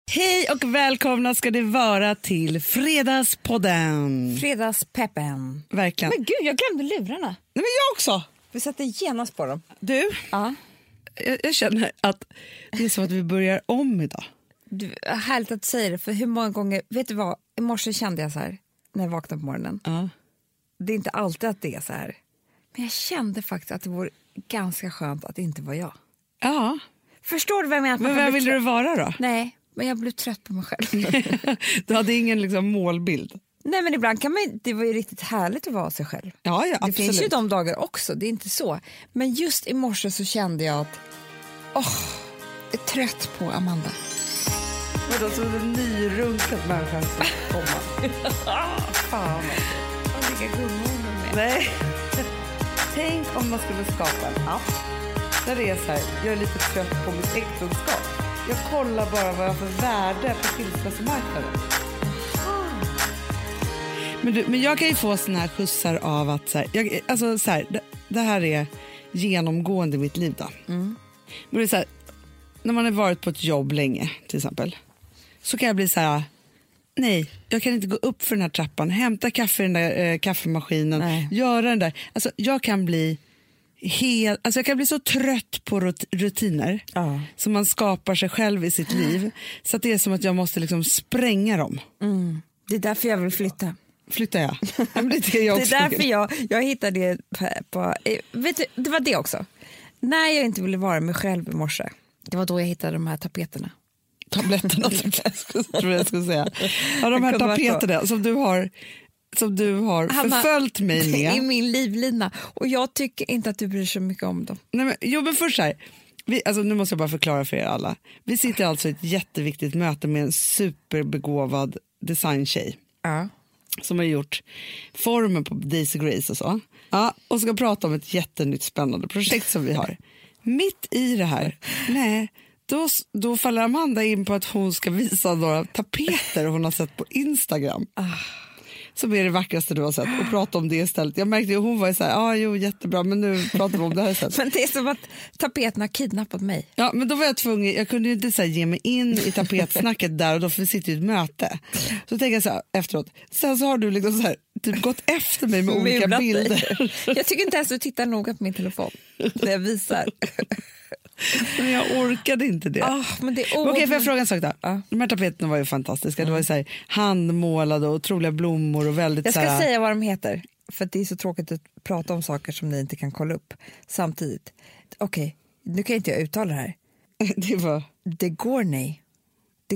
Hej och välkomna ska det vara till Fredagspodden. Fredagspeppen. Verkligen. Men gud, jag glömde lurarna. Nej, men jag också. Vi satte genast på dem. Du, Ja. jag känner att det är som att vi börjar om idag. Härligt att säga det, för hur många gånger, vet du vad, i morse kände jag så här när jag vaknade på morgonen. Ja. Det är inte alltid att det är så här. Men jag kände faktiskt att det vore ganska skönt att det inte var jag. Ja. Förstår du vad jag menar? Men vem ville du vara då? Nej, men jag blev trött på mig själv. Du hade ingen liksom målbild. Nej, men ibland kan man, det var ju riktigt härligt att vara sig själv. Ja, Det absolut. finns ju de dagar också, det är inte så. Men just i morse så kände jag att jag är trött på Amanda. Vadå, som en nyrunkat människa som komma. Fan, vilka gummor med. Nej. Tänk om man skulle skapa en app där det är så här, jag är lite trött på mitt äktenskap. Jag kollar bara vad jag har för värde på skilsmässomarknaden. Men jag kan ju få såna här skjutsar av att så här, det här är genomgående i mitt liv då. Men det är så här, när man har varit på ett jobb länge till exempel, så kan jag bli så här: nej, jag kan inte gå upp för den här trappan, hämta kaffe i den där kaffemaskinen, göra den där. Alltså jag kan bli jag kan bli så trött på rutiner som man skapar sig själv i sitt liv, så att det är som att jag måste liksom spränga dem. Det är därför jag vill flytta. Flyttar jag? Men det är det jag också. Det är därför jag hittade det på vet du, det var det också. När jag inte ville vara mig själv i morse, det var då jag hittade de här tapeterna. Tabletterna tror jag skulle säga. Ja, de här tapeterna som du har förföljt mig med. I min livlina. Och jag tycker inte att du bryr så mycket om dem. Nej, men först så här. Nu måste jag bara förklara för er alla. Vi sitter alltså i ett jätteviktigt möte med en superbegåvad designtjej. Ja. Som har gjort formen på Daisy Grace och så. Ja, och ska prata om ett jättenytt spännande projekt som vi har. Mitt i det här, då faller Amanda in på att hon ska visa några tapeter hon har sett på Instagram. Som är det vackraste du har sett, och prata om det istället. Jag märkte ju hon var så här, jättebra, men nu pratar vi om det här istället. Men det är som att tapeten har kidnappat mig. Ja, men då var jag tvungen, jag kunde ju inte så här, ge mig in i tapetsnacket där och då, för vi sitter i ett möte. Så tänker jag så här efteråt, sen så har du liksom så här, typ gått efter mig med olika bilder. Jag tycker inte ens du tittar noga på min telefon när jag visar. Men jag orkade inte det. Men Okej, får jag fråga en sak då? De här tapeterna var ju fantastiska. Det var ju så här handmålade och otroliga blommor och väldigt jag så ska här... säga vad de heter, för det är så tråkigt att prata om saker som ni inte kan kolla upp samtidigt. Okej, nu kan inte jag uttala det här. Det var... Det går nej. Det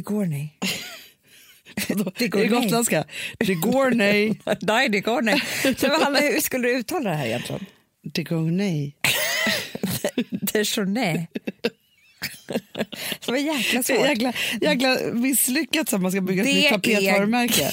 är gotländska. Det går nej. Nej, det går nej. Så hur skulle du uttala det här egentligen? Det går nej. Det är så nej. Det var jäkla svårt. Jäkla misslyckat som man ska bygga ett nytt tapetvarumärke.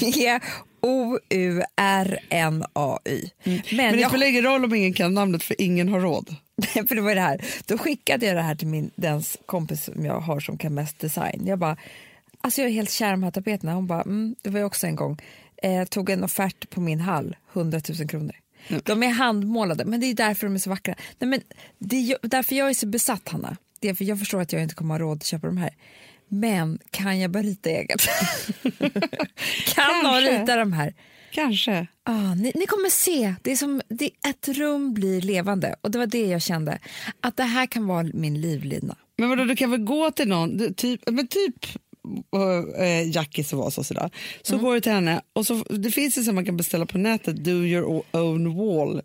G-O-U-R-N-A-Y. Men det spelar ingen roll om ingen kan namnet, för ingen har råd. För det var det här. Då skickade jag det här till den kompis som jag har som kan mest design. Jag bara, alltså jag är helt kär i de här tapeterna. Hon bara, det var jag också en gång. Tog en offert på min hall, 100 000 kronor. De är handmålade, men det är därför de är så vackra. Nej, men det är därför jag är så besatt, Hanna. Det är för jag förstår att jag inte kommer ha råd att köpa de här. Men kan jag bara rita eget? Kan någon rita de här? Kanske. Ni kommer se, det är som ett rum blir levande. Och det var det jag kände, att det här kan vara min livlina. Men vadå, du kan väl gå till någon, typ Jackie så var så går du till henne, och så, det finns ju som man kan beställa på nätet, do your own wall.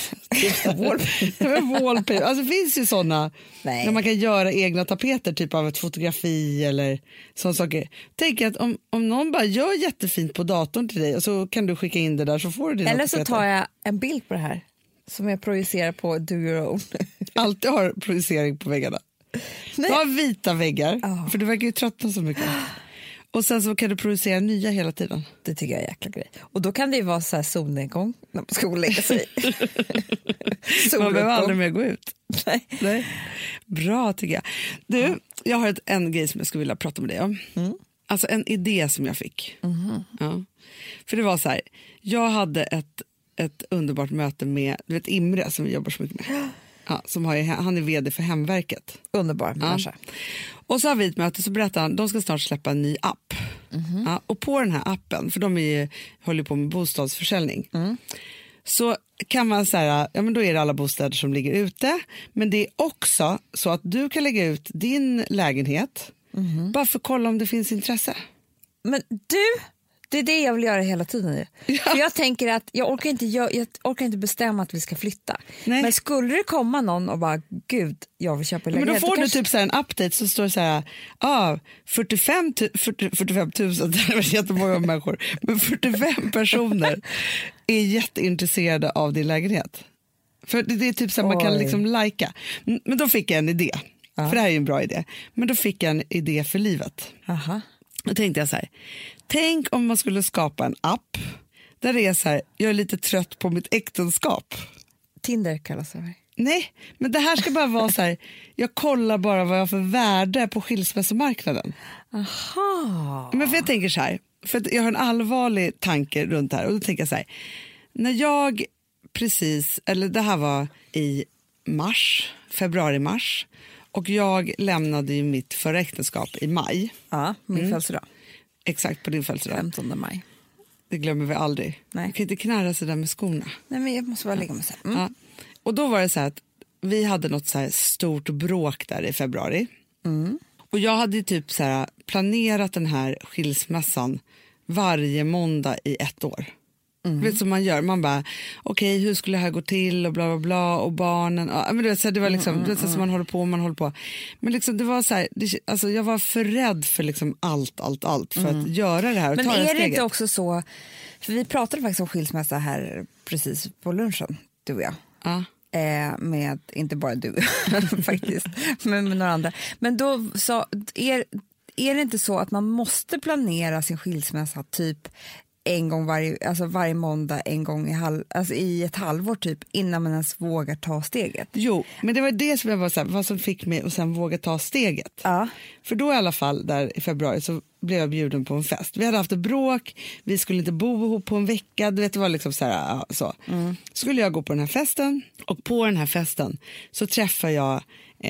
Wallpaper. Alltså det finns ju sådana när man kan göra egna tapeter, typ av ett fotografi eller sådana saker. Tänk att om någon bara gör jättefint på datorn till dig, och så kan du skicka in det där, så får du dina eller tapeter. Så tar jag en bild på det här som jag projicerar på do your own. Alltid har projicering på väggarna. Du har vita väggar, för du verkar ju tröttna så mycket. Och sen så kan du producera nya hela tiden. Det tycker jag är jäkla grej. Och då kan det ju vara så här solnedgång när man ska lägga sig. Man behöver aldrig mer gå ut. Nej. Bra tycker jag. Du, jag har en grej som jag skulle vilja prata med dig om. Alltså en idé som jag fick. Ja. För det var så här, jag hade ett underbart möte med, du vet, Imre som vi jobbar så mycket med. Ja, han är vd för Hemverket. Underbar människa. Och så har vi ett möte, så berättar han, de ska snart släppa en ny app. Ja, och på den här appen, för de håller på med bostadsförsäljning, så kan man säga, ja men då är det alla bostäder som ligger ute, men det är också så att du kan lägga ut din lägenhet bara för att kolla om det finns intresse. Men det är det jag vill göra hela tiden nu. Ja. För jag tänker att jag orkar inte bestämma att vi ska flytta. Nej. Men skulle det komma någon och bara, gud, jag vill köpa en lägenhet. Men då får du typ så här en update så står det så här, 45 000, det är jättemånga människor, men 45 personer är jätteintresserade av din lägenhet. För det är typ så här, man kan liksom lajka. Men då fick jag en idé, för det här är ju en bra idé. Men då fick jag en idé för livet. Aha. Då tänkte jag så här, tänk om man skulle skapa en app där det är så här, jag är lite trött på mitt äktenskap. Tinder kallas det. Nej, men det här ska bara vara så här, jag kollar bara vad jag har för värde på skilsmässomarknaden. Aha. Men för jag tänker så här, för att jag har en allvarlig tanke runt det här, och då tänker jag så här, när jag det här var i februari-mars, och jag lämnade ju mitt förra äktenskap i maj. Ja, min födelsedag. Exakt, på din födelsedag. 15 maj. Det glömmer vi aldrig. Nej. Jag kan inte knarra sig där med skorna. Nej, men jag måste bara lägga mig så här. Ja. Och då var det så här att vi hade något så här stort bråk där i februari. Och jag hade typ så här planerat den här skilsmässan varje måndag i 1 år. Vet som man gör, man bara okej, hur skulle det här gå till och bla bla bla, och barnen, men du vet, så det var liksom du vet, så man håller på, men liksom det var så här, alltså jag var för rädd för liksom allt för att göra det här och men ta är det det inte också så, för vi pratade faktiskt om skilsmässa här precis på lunchen, du och jag. Ja. Med, inte bara du faktiskt, men med några andra. Men då så är det inte så att man måste planera sin skilsmässa typ en gång varje måndag, en gång i ett halvår typ, innan man ens vågar ta steget? Jo, men det var det som jag var så här, vad som fick mig att sen våga ta steget. Ja. För då i alla fall där i februari så blev jag bjuden på en fest. Vi hade haft ett bråk, vi skulle inte bo ihop på en vecka, du vet, det var liksom så här, så. Skulle jag gå på den här festen, och på den här festen så träffar jag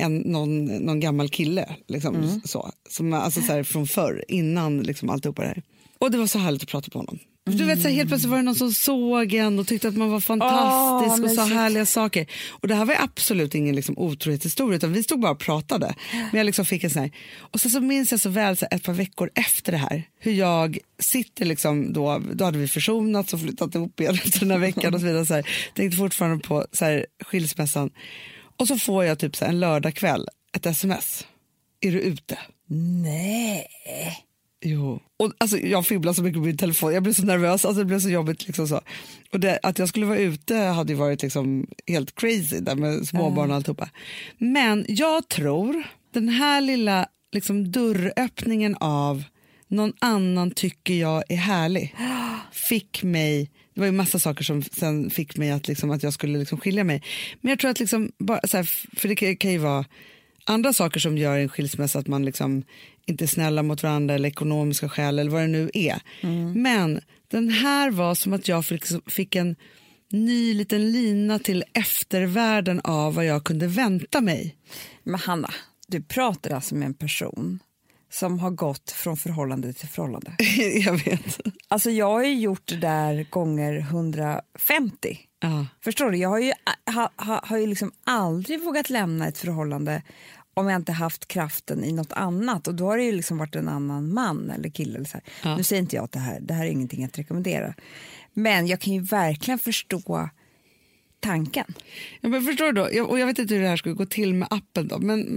någon gammal kille liksom, så, som alltså så här, från förr, innan liksom alltihopa det här. Och det var så härligt att prata på honom. Du vet, så här, helt plötsligt var det någon som såg en och tyckte att man var fantastisk och sa härliga saker. Och det här var absolut ingen liksom otrohetshistoria, utan vi stod bara och pratade. Men jag liksom fick en sån här. Och så minns jag så väl så här, ett par veckor efter det här, hur jag sitter liksom då hade vi försonats och flyttat ihop igen efter den här veckan och så vidare. Så här, tänkte fortfarande på så här, skilsmässan. Och så får jag typ så här, en lördagkväll ett sms. Är du ute? Nej. Jo. Och alltså, jag fibblade så mycket på min telefon. Jag blev så nervös, alltså det blev så jobbigt liksom så. Och att jag skulle vara ute hade ju varit liksom helt crazy där med småbarn och alltihopa. Men jag tror den här lilla liksom dörröppningen av någon annan tycker jag är härlig fick mig, det var ju massa saker som sen fick mig att liksom, att jag skulle liksom skilja mig. Men jag tror att liksom bara så här, för det kan ju vara andra saker som gör en skilsmässa, att man liksom inte är snälla mot varandra eller ekonomiska skäl eller vad det nu är. Men den här var som att jag fick en ny liten lina till eftervärlden av vad jag kunde vänta mig. Men Hanna, du pratar alltså med en person som har gått från förhållande till förhållande. Jag vet. Alltså jag har ju gjort det där gånger 150. Ja. Förstår du? Jag har ju liksom aldrig vågat lämna ett förhållande om jag inte haft kraften i något annat. Och då har det ju liksom varit en annan man eller kille. Eller så här. Ja. Nu säger inte jag att det här är ingenting att rekommendera. Men jag kan ju verkligen förstå tanken. Ja, men förstår du då? Och jag vet inte hur det här skulle gå till med appen då. Men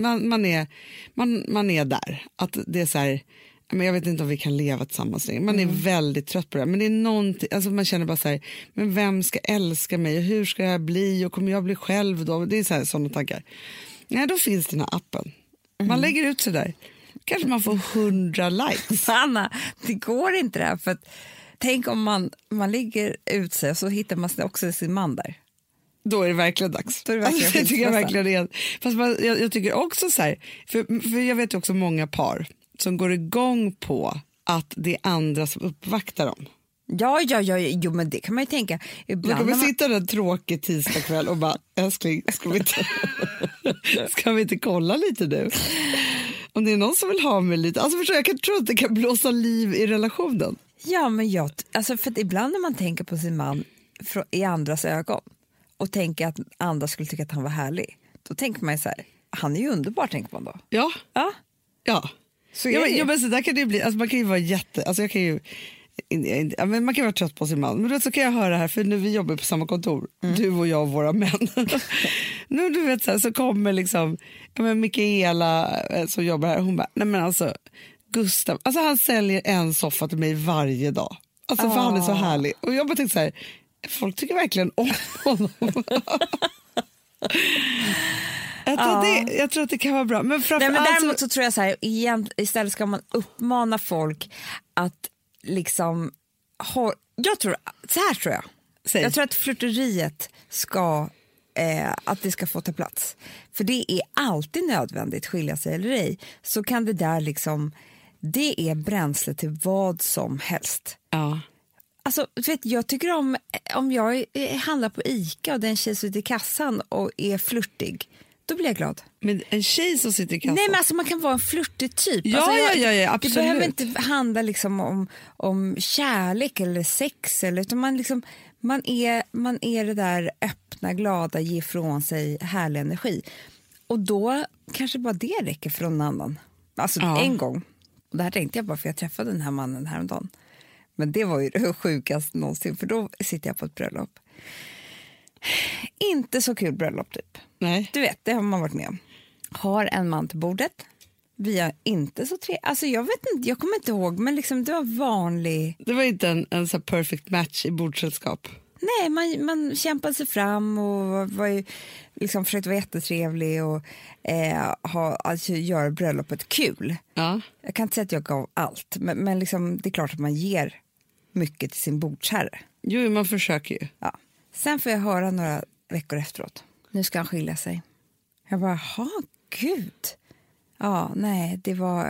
man är där. Att det är så här, men jag vet inte om vi kan leva tillsammans längre. Man är väldigt trött på det. Men det är någonting, alltså man känner bara så här, men vem ska älska mig? Och hur ska jag bli? Och kommer jag bli själv då? Det är så här, sådana tankar. Nej, då finns den här appen. Man lägger ut så där. Kanske man får 100 likes. Anna, det går inte det här. För att, tänk om man ligger ut sig och så hittar man också sin man där. Då är det verkligen dags. Då är det verkligen jag tycker verkligen det. Fast jag tycker också så här, för jag vet ju också många par som går igång på att det är andra som uppvaktar dem. Ja, jo, men det kan man ju tänka. Du kommer sitta där en tråkig tisdagkväll och bara, älskling, ska vi inte kolla lite nu? Om det är någon som vill ha mig lite. Alltså jag kan tro att det kan blåsa liv i relationen. Ja, men alltså för att ibland när man tänker på sin man i andras ögon och tänker att andra skulle tycka att han var härlig, då tänker man ju så här, han är ju underbar, tänker man då. Ja. Så men så där kan det bli, alltså man kan ju vara man kan vara trött på sin man, men då så kan jag höra här, för nu vi jobbar på samma kontor, du och jag och våra män. Nu du vet så kommer liksom Mikaela som jobbar här, hon bara, nej men alltså Gustav, alltså han säljer en soffa till mig varje dag, alltså för han är så härlig, och jag bara tänkte så här, folk tycker verkligen om honom. Jag tror att det kan vara bra, men däremot så tror jag så här, istället ska man uppmana folk att liksom jag tror jag. Säg. Jag tror att flirteriet ska att det ska få ta plats. För det är alltid nödvändigt, skilja sig eller ej. Så kan det där liksom, det är bränsle till vad som helst. Ja. Alltså, jag tycker om jag handlar på ICA och den tjej som sitter i kassan och är flirtig, då blir jag glad. Men en tjej som sitter i kassan? Nej, men alltså man kan vara en flirtig typ. Ja, alltså, ja, absolut. Det behöver inte handla liksom om kärlek eller sex, utan man är det där öppna, glada, ge ifrån sig härlig energi. Och då kanske bara det räcker för någon annan. Alltså en gång. Och det här tänkte jag bara för jag träffade den här mannen häromdagen. Men det var ju det sjukaste någonsin, för då sitter jag på ett bröllop. Inte så kul bröllop typ. Nej. Du vet, det har man varit med om. Har en man till bordet. Vi har inte så alltså jag vet inte, jag kommer inte ihåg, men liksom det var vanlig. Det var inte en så perfect match i bordsällskap. Nej, man kämpade sig fram och var ju liksom försökte vara jättetrevlig och göra bröllopet kul. Ja. Jag kan inte säga att jag gav allt, men liksom, det är klart att man ger mycket till sin bordsherre. Jo, man försöker ju. Ja. Sen får jag höra några veckor efteråt. Nu ska han skilja sig. Jag bara, gud. Ja, nej, det var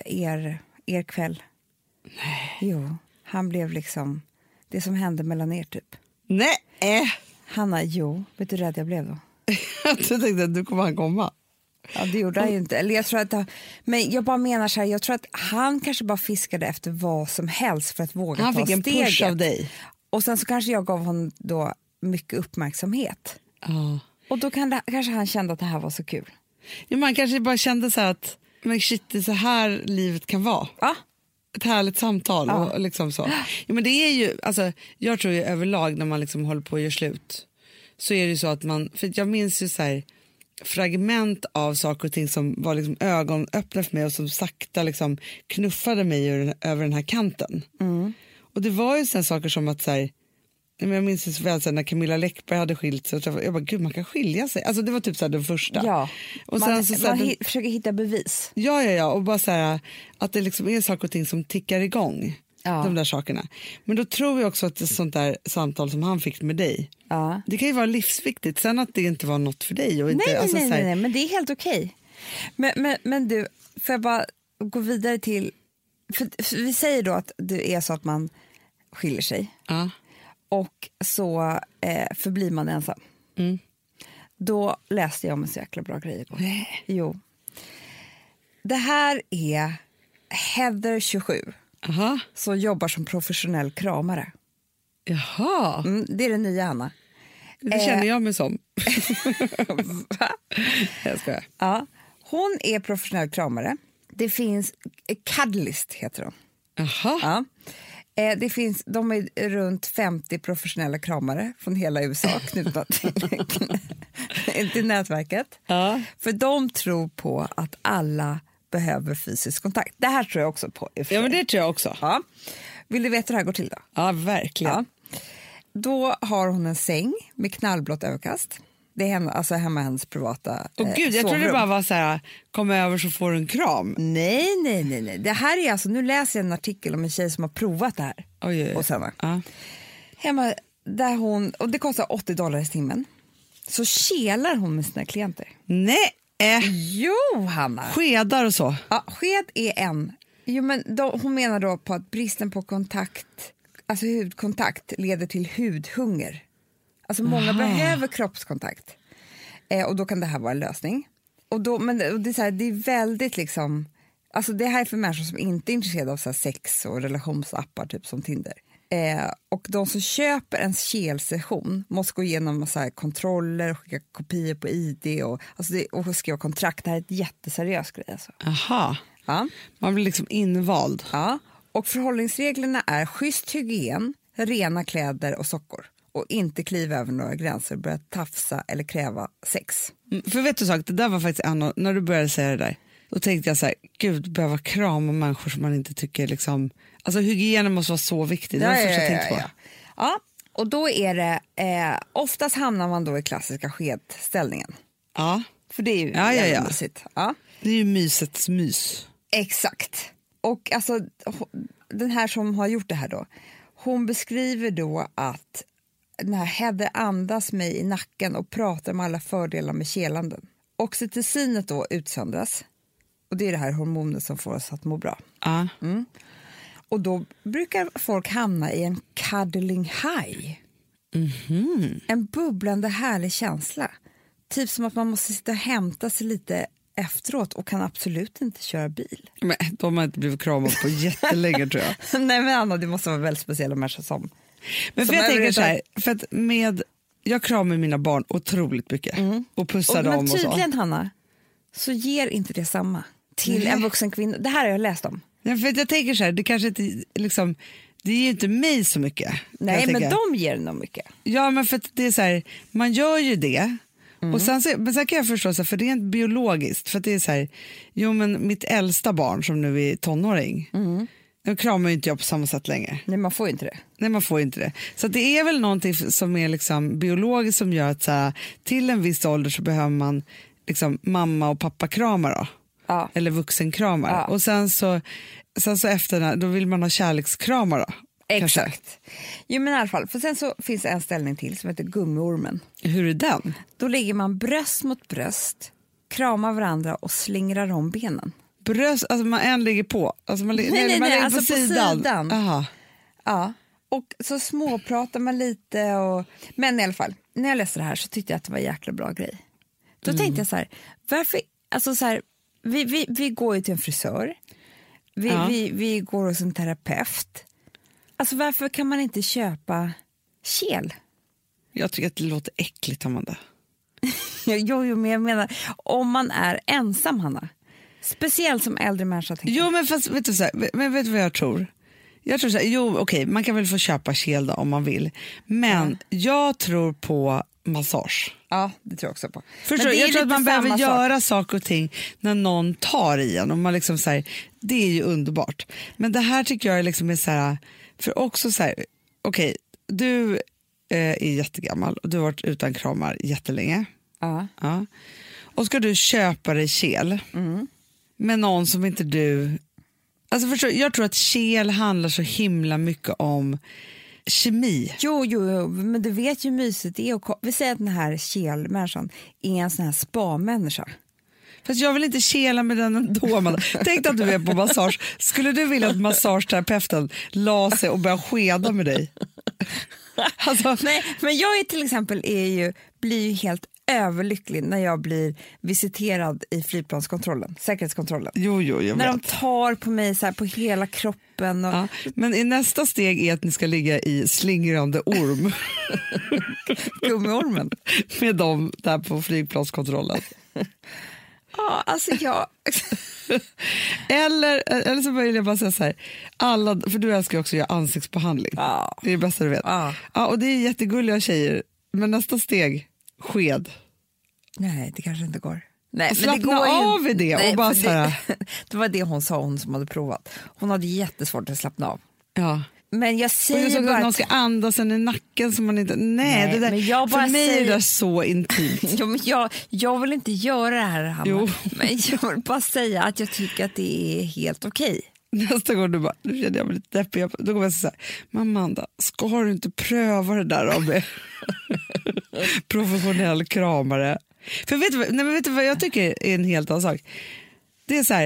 er kväll. Nej. Jo, han blev liksom det som hände mellan er typ. Nej. Hanna, jo, vet du hur rädd jag blev då? Jag tänkte att du kommer han komma. Ja, det gjorde han ju inte. Eller jag tror att men jag bara menar så här, jag tror att han kanske bara fiskade efter vad som helst för att våga ta steget. Han fick en push av dig. Och sen så kanske jag gav honom då mycket uppmärksamhet. Och då kanske han kände att det här var så kul. Ja, man kanske bara kände så här att men shit, det är så här livet kan vara. Ja. Ett härligt samtal och liksom så. Ja, men det är ju, alltså, jag tror ju överlag när man liksom håller på att göra slut, så är det ju så att man, för jag minns ju så här fragment av saker och ting som var liksom ögonöppnare för mig och som sakta liksom knuffade mig över den här kanten. Och det var ju sådana saker som att så här, jag minns så väl så när Camilla Läckberg hade skilt sig, jag bara, gud, man kan skilja sig. Alltså det var typ så här den första. Ja. Och man försöker hitta bevis. Ja, och bara så här att det liksom är saker och ting som tickar igång. Ja. De där sakerna. Men då tror jag också att det sånt där samtal som han fick med dig, det kan ju vara livsviktigt. Sen att det inte var något för dig. Och inte, nej, men det är helt okej. Men du, får jag bara gå vidare till, för vi säger då att det är så att man skiljer sig. Ja. Och så förblir man ensam. Då läste jag om en så jäkla bra grej igår. Jo. Det här är Heather 27. Aha. Som jobbar som professionell kramare. Jaha. Det är den nya Anna. Det känner jag mig som. Va? Jag skojar. Ja. Hon är professionell kramare. Det finns Cuddlist heter hon. Jaha. Ja. De är runt 50 professionella kramare från hela USA knutna till nätverket. Ja. För de tror på att alla behöver fysisk kontakt. Det här tror jag också på. Ja, men det tror jag också. Ja. Vill du veta hur det här går till då? Ja, verkligen. Ja. Då har hon en säng med knallblått överkast. Det är alltså hemma hennes privata gud, jag tror det bara var så här, kom över så får du en kram. Nej. Det här är alltså, nu läser jag en artikel om en tjej som har provat det här. Oj. Och sen, hemma där hon, och det kostar $80 i timmen. Så kelar hon med sina klienter. Nej. Jo, Hanna. Skedar och så. Ja, sked är en. Jo, men hon menar då på att bristen på kontakt alltså hudkontakt leder till hudhunger. Alltså många behöver kroppskontakt. Och då kan det här vara en lösning. Och det är så här, det är väldigt liksom, alltså det här är för människor som inte är intresserade av så här sex och relationsappar typ som Tinder. Och de som köper en kelsession måste gå igenom så här kontroller och skicka kopior på ID och skriva kontrakt. Det här är ett jätteseriöst grej alltså. Aha. Ja. Man blir liksom invald. Ja. Och förhållningsreglerna är schysst hygien, rena kläder och sockor. Och inte kliva över några gränser och börja tafsa eller kräva sex. För vet du sak, det där var faktiskt när du började säga det där. Då tänkte jag så här, gud, behöva krama människor som man inte tycker liksom, alltså hygienen måste vara så viktig. Det var det första jag tänkte på. Ja, och då är det, oftast hamnar man då i klassiska skedställningen. Ja. För det är ju mysigt. Ja. Det är ju mysets mys. Exakt. Och alltså, den här som har gjort det här då, hon beskriver då att den här Hedde andas mig i nacken och pratar om alla fördelar med kelanden. Oxytocinet då utsöndras. Och det är det här hormonet som får oss att må bra. Mm. Och då brukar folk hamna i en cuddling high. Mm-hmm. En bubblande härlig känsla. Typ som att man måste sitta och hämta sig lite efteråt och kan absolut inte köra bil. Men de har inte blivit kramade på jättelänge tror jag. Nej men Anna, det måste vara väldigt speciella människor som... Men för jag tänker så här, för att jag kramar mina barn otroligt mycket och pussar dem och så. Men tydligen Hanna, så ger inte det samma till en vuxen kvinna. Det här har jag läst om. Ja, för att jag tänker så här, det kanske inte liksom, det ger ju inte mig så mycket. Nej men de ger nog mycket. Ja men för att det är så här, man gör ju det. Och sen kan jag förstå så här, för det är inte biologiskt, för att det är så här, jo men mitt äldsta barn som nu är tonåring, nu kramar ju inte jag på samma sätt längre. Nej man får inte det. Nej man får inte det. Så det är väl någonting som är liksom biologiskt som gör att så här, till en viss ålder så behöver man liksom mamma och pappa kramar då. Ja. Eller vuxenkramar. Ja. Och sen så efter då vill man ha kärlekskramar då. Exakt. Kanske. Jo men i alla fall, för sen så finns det en ställning till som heter gummiormen. Hur är den? Då ligger man bröst mot bröst, kramar varandra och slingrar om benen. Bröst, alltså man ligger på? Alltså man ligger alltså på sidan? Aha. Ja, och så småpratar man lite och... Men i alla fall, när jag läste det här så tyckte jag att det var en jäkla bra grej. Då tänkte jag så här, varför... Alltså så här, vi går ju till en frisör, vi går hos en terapeut. Alltså varför kan man inte köpa kel? Jag tycker att det låter äckligt, Amanda. jo, men jag menar, om man är ensam, Hanna. Speciellt som äldre människa. Jo, men fast vet du vad jag tror? Jag tror så här, okej, man kan väl få köpa kel då, om man vill. Men jag tror på massage. Ja, det tror jag också på. Förstår, jag tror att man behöver göra saker och ting när någon tar i en. Och man liksom så här, det är ju underbart. Men det här tycker jag liksom är så här, för också så här, okej, du är jättegammal och du har varit utan kramar jättelänge. Ja. Och ska du köpa dig kel med någon som inte du... Alltså förstår, jag tror att kel handlar så himla mycket om kemi. Jo, men du vet ju mysigt det är. Vi säger att den här kelmänniskan är en sån här spa-människa. Fast jag vill inte kela med den ändå. Tänk att du är på massage. Skulle du vilja att massageterapeuten la sig och börja skeda med dig? Alltså. Nej, men jag är till exempel blir ju helt överlycklig när jag blir visiterad i flygplanskontrollen, säkerhetskontrollen. Jo, jag när vet. De tar på mig så här på hela kroppen. Och... Ja, men i nästa steg är att ni ska ligga i slingrande orm. Gummiormen. Med dem där på flygplanskontrollen. Ja, alltså jag... eller så vill jag bara säga så här, för du älskar också att göra ansiktsbehandling. Ja. Det är det bästa du vet. Ja, och det är jättegulliga tjejer, men nästa steg, sked. Nej, det kanske inte går. Nej, slappna men det går av i det. Nej, och bara så här... det var det hon sa, hon som hade provat. Hon hade jättesvårt att slappna av. Ja. Men jag säger bara att någon ska andas en i nacken som man inte... Nej, det där, men jag bara för mig är det så intimt. Jo, men jag vill inte göra det här, Hanna. Jo. Men jag vill bara säga att jag tycker att det är helt okej. Nästa gång du bara, nu känner jag mig lite deppig. Då kommer jag säga, Amanda, ska du inte pröva det där med professionell kramare? För vet du vad jag tycker är en helt annan sak? Det är så här,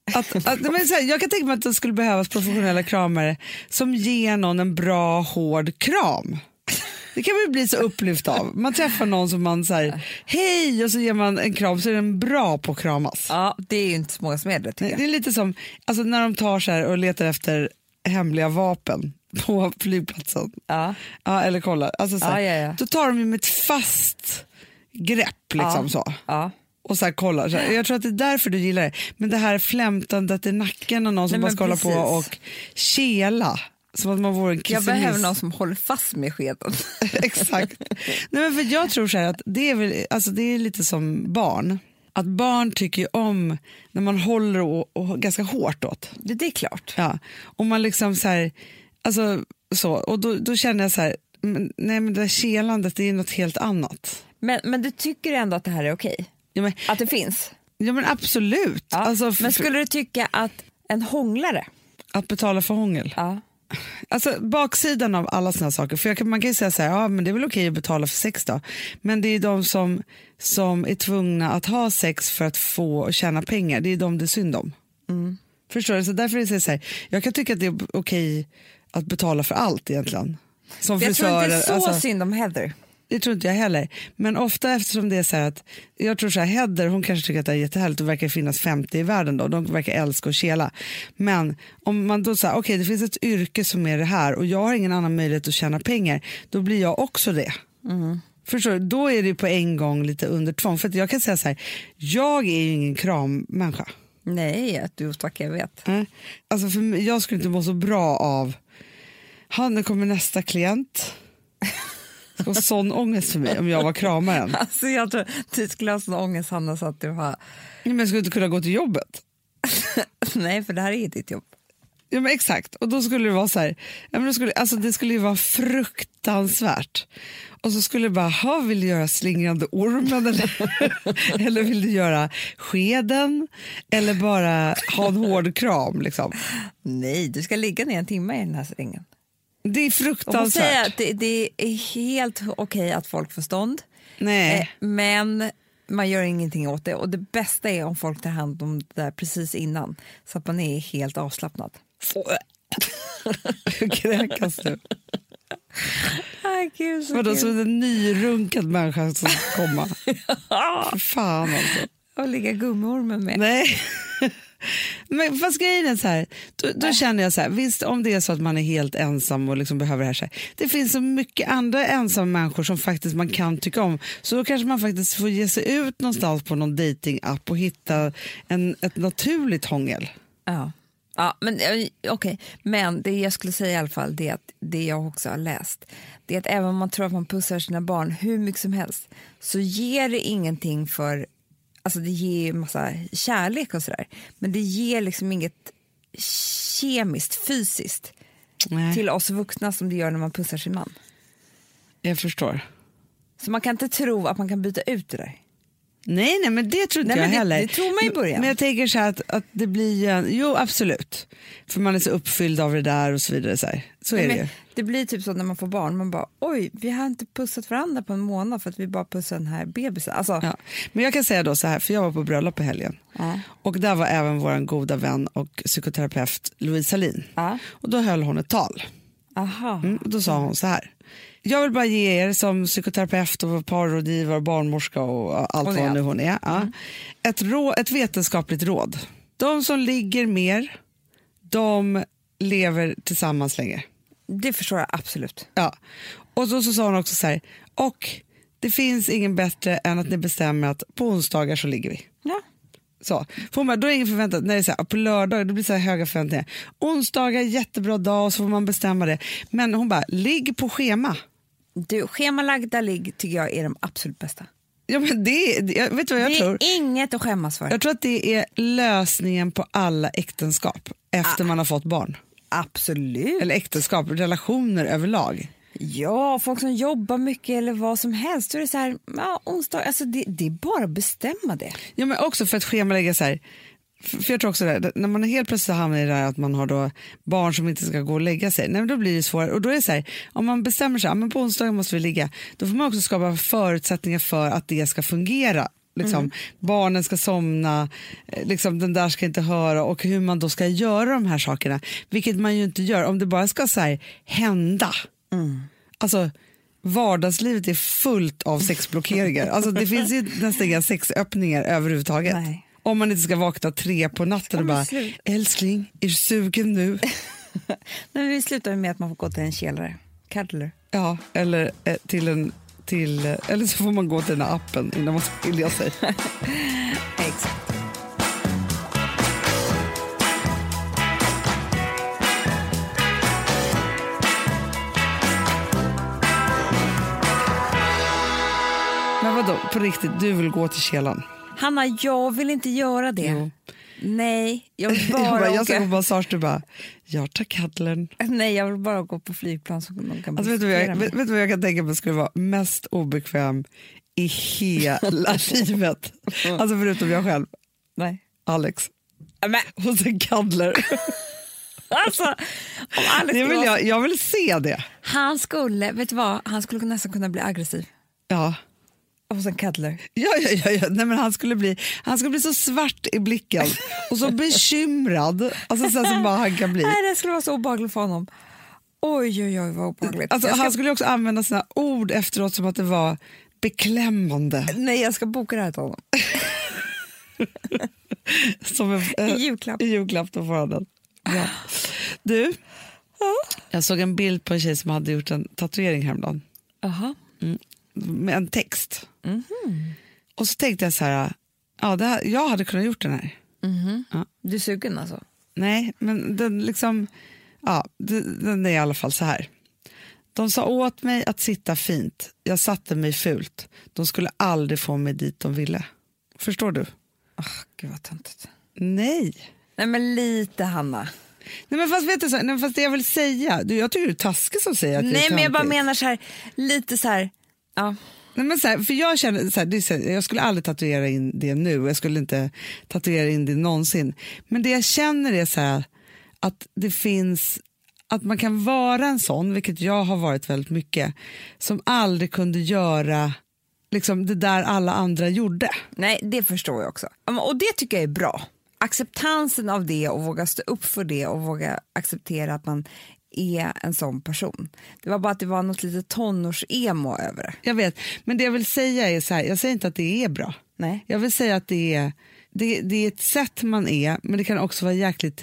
Men så här, jag kan tänka mig att det skulle behövas professionella kramare som ger någon en bra, hård kram. Det kan man bli så upplyft av. Man träffar någon som man säger hej och så ger man en kram så är den bra på att kramas. Ja, det är ju inte så många som är det, tycker jag. Det är lite som alltså, när de tar så här och letar efter hemliga vapen på flygplatsen. Ja. Ja, eller kollar. Alltså, så här, Ja. Då tar de ju med ett fast grepp liksom så. Ja. Och så här kollar. Så här. Jag tror att det är därför du gillar det. Men det här flämtandet i nacken och någon som bara ska hålla på och kela. Som att man vore en kisselist. Jag behöver någon som håller fast med skeden. Exakt. Nej, men för jag tror så här att det är väl, alltså det är lite som barn. Att barn tycker ju om när man håller och ganska hårt åt. Det är klart. Ja. Och man liksom så här, alltså så. Och då känner jag så här, nej men det där kelandet det är något helt annat. Men du tycker ändå att det här är okej? Ja, men, att det finns? Ja men absolut. Ja. Alltså, men skulle du tycka att en hånglare? Att betala för hångel? Ja. Alltså baksidan av alla såna saker, för man kan ju säga så här, ja men det är väl okej att betala för sex då, men det är de som är tvungna att ha sex för att få tjäna pengar, det är de det är synd om. Förstår du? Så därför är det så här, jag kan tycka att det är okej att betala för allt egentligen. Som jag frisörer, tror inte så synd om Heather. Det tror inte jag heller. Men ofta eftersom det är så här att jag tror så här, Heather hon kanske tycker att det är jättehärligt och verkar finnas 50 i världen då. De verkar älska och kela. Men om man då säger okej, det finns ett yrke som är det här och jag har ingen annan möjlighet att tjäna pengar, då blir jag också det. Förstår du? Då är det på en gång lite under tvång. För att jag kan säga så här, jag är ju ingen krammänniska. Nej, du tack jag vet. Alltså för mig, jag skulle inte må så bra av nu kommer nästa klient. Det var sån ångest för mig om jag var kramaren. Alltså jag tror du skulle ha sån ångest, Hanna, så att du har... Men jag skulle inte kunna gå till jobbet. Nej, för det här är ditt jobb. Ja men exakt, och då skulle det vara så här, det skulle ju vara fruktansvärt. Och så skulle det bara, vill du göra slingrande ormen eller vill du göra skeden eller bara ha en hård kram liksom. Nej, du ska ligga ner en timme i den här sängen. Det är fruktansvärt. Säga att det är helt okej att folk får stånd. Nej. Men man gör ingenting åt det. Och det bästa är om folk tar hand om det där precis innan. Så att man är helt avslappnad. Kräkas du? Ay, Gud, så vadå, så en nyrunkad människa som ska komma? För fan alltså. Och ligga gummiormen med. Nej. Men fast grejen är så här, då känner jag så här, visst om det är så att man är helt ensam och liksom behöver det här så här, det finns så mycket andra ensamma människor som faktiskt man kan tycka om, så då kanske man faktiskt får ge sig ut någonstans på någon datingapp och hitta ett naturligt hångel. Ja, men okej. Men det jag skulle säga i alla fall, det är att det jag också har läst, det är att även om man tror att man pussar sina barn hur mycket som helst, så ger det ingenting för, alltså det ger ju massa kärlek och sådär, men det ger liksom inget kemiskt, fysiskt till oss vuxna som det gör när man pussar sin man. Jag förstår. Så man kan inte tro att man kan byta ut det där. Nej, men det tror inte jag heller. Det tror man i början. Men jag tänker så här att det blir jo absolut. För man är så uppfylld av det där och så vidare. Så är det ju. Det blir typ så när man får barn. Man bara, oj, vi har inte pussat varandra på en månad för att vi bara pussar den här bebisen. Alltså. Ja. Men jag kan säga då så här, för jag var på bröllop i helgen. Och där var även vår goda vän och psykoterapeut Louise Hallin. Och då höll hon ett tal. Och då sa hon så här: jag vill bara ge er som psykoterapeut och parrådgivare, barnmorska och allt vad nu hon är. Ett vetenskapligt råd. De som ligger mer, de lever tillsammans länge. Det förstår jag absolut. Ja. Och så sa hon också så här, och det finns ingen bättre än att ni bestämmer att på onsdagar så ligger vi. Ja. Så. Får man, då är ingen förväntat, när det är så här, på lördag det blir så här höga förväntningar. Onsdagar, jättebra dag, och så får man bestämma det. Men hon bara, ligg på schema. Du, schemalagda ligg tycker jag är de absolut bästa. Ja, men vet du vad jag tror? Det är inget att skämmas för. Jag tror att det är lösningen på alla äktenskap efter man har fått barn. Absolut. Eller äktenskap, relationer överlag. Ja, folk som jobbar mycket eller vad som helst. Då är det så här, onsdag, alltså det är bara att bestämma det. Ja, men också för att schemalägga så här. För jag tror också det, när man helt plötsligt hamnar i det här att man har då barn som inte ska gå och lägga sig, nej, men då blir det svårare. Och då är det så här, om man bestämmer sig, men på onsdagen måste vi ligga, då får man också skapa förutsättningar för att det ska fungera Liksom. Barnen ska somna, liksom, den där ska inte höra, och hur man då ska göra de här sakerna. Vilket man ju inte gör om det bara ska så här, hända. Alltså vardagslivet är fullt av sexblockeringar. Alltså det finns ju nästan inga sexöppningar överhuvudtaget. Nej. Om man inte ska vakna 3 på natten och bara, älskling, är du sugen nu? Men vi slutar med att man får gå till en kelare. Cuddler. Ja, eller eller så får man gå till den här appen innan man ska skilja sig. Exakt. Men vadå, på riktigt, du vill gå till källaren? Hanna, jag vill inte göra det. Jo. Nej, jag vill bara jag ska gå på massage, du bara, jag tar cuddlern. Nej, jag vill bara gå på flygplan så de kan alltså, vet du vad jag kan tänka mig skulle vara mest obekväm i hela livet? Alltså förutom jag själv. Nej. Alex. Men. Hos en cuddler. Alltså, om Alex det vill jag vill se det. Han skulle, vet du vad? Han skulle nästan kunna bli aggressiv. Ja. Hos en cuddler. Ja. Nej, men han skulle bli så svart i blicken och så bekymrad. Alltså så som bara han kan bli. Nej, det skulle vara så obehagligt för honom. Oj, vad obehagligt. Alltså, han skulle också använda sina ord efteråt som att det var beklämmande. Nej, jag ska boka det här till honom. Som I julklapp. I julklapp då får han den. Ja. Du, jag såg en bild på en tjej som hade gjort en tatuering häromdagen. Aha. Med en text. Och så tänkte jag så här, ja, jag hade kunnat gjort den här. Ja. Du är sugen alltså? Nej, men den liksom, ja, den är i alla fall så här. De sa åt mig att sitta fint. Jag satte mig fult. De skulle aldrig få mig dit de ville. Förstår du? Gud vad töntigt. Nej. Nej, men lite, Hanna. Nej, men fast vet du så, nej, fast det jag vill säga, jag tycker du är taskig som säger att det är Nej, men jag bara töntigt. menar så här, lite så här, ja. Nej, men så här, för jag känner så här, det är så här, jag skulle aldrig tatuera in det nu, jag skulle inte tatuera in det någonsin. Men det jag känner är så här, att det finns, att man kan vara en sån, vilket jag har varit väldigt mycket, som aldrig kunde göra liksom det där alla andra gjorde. Nej, det förstår jag också. Och det tycker jag är bra. Acceptansen av det och våga stå upp för det och våga acceptera att man är en sån person. Det var bara att det var något lite tonårsemo över det. Jag vet, men det jag vill säga är så här, jag säger inte att det är bra. Nej. Jag vill säga att det är ett sätt man är, men det kan också vara jäkligt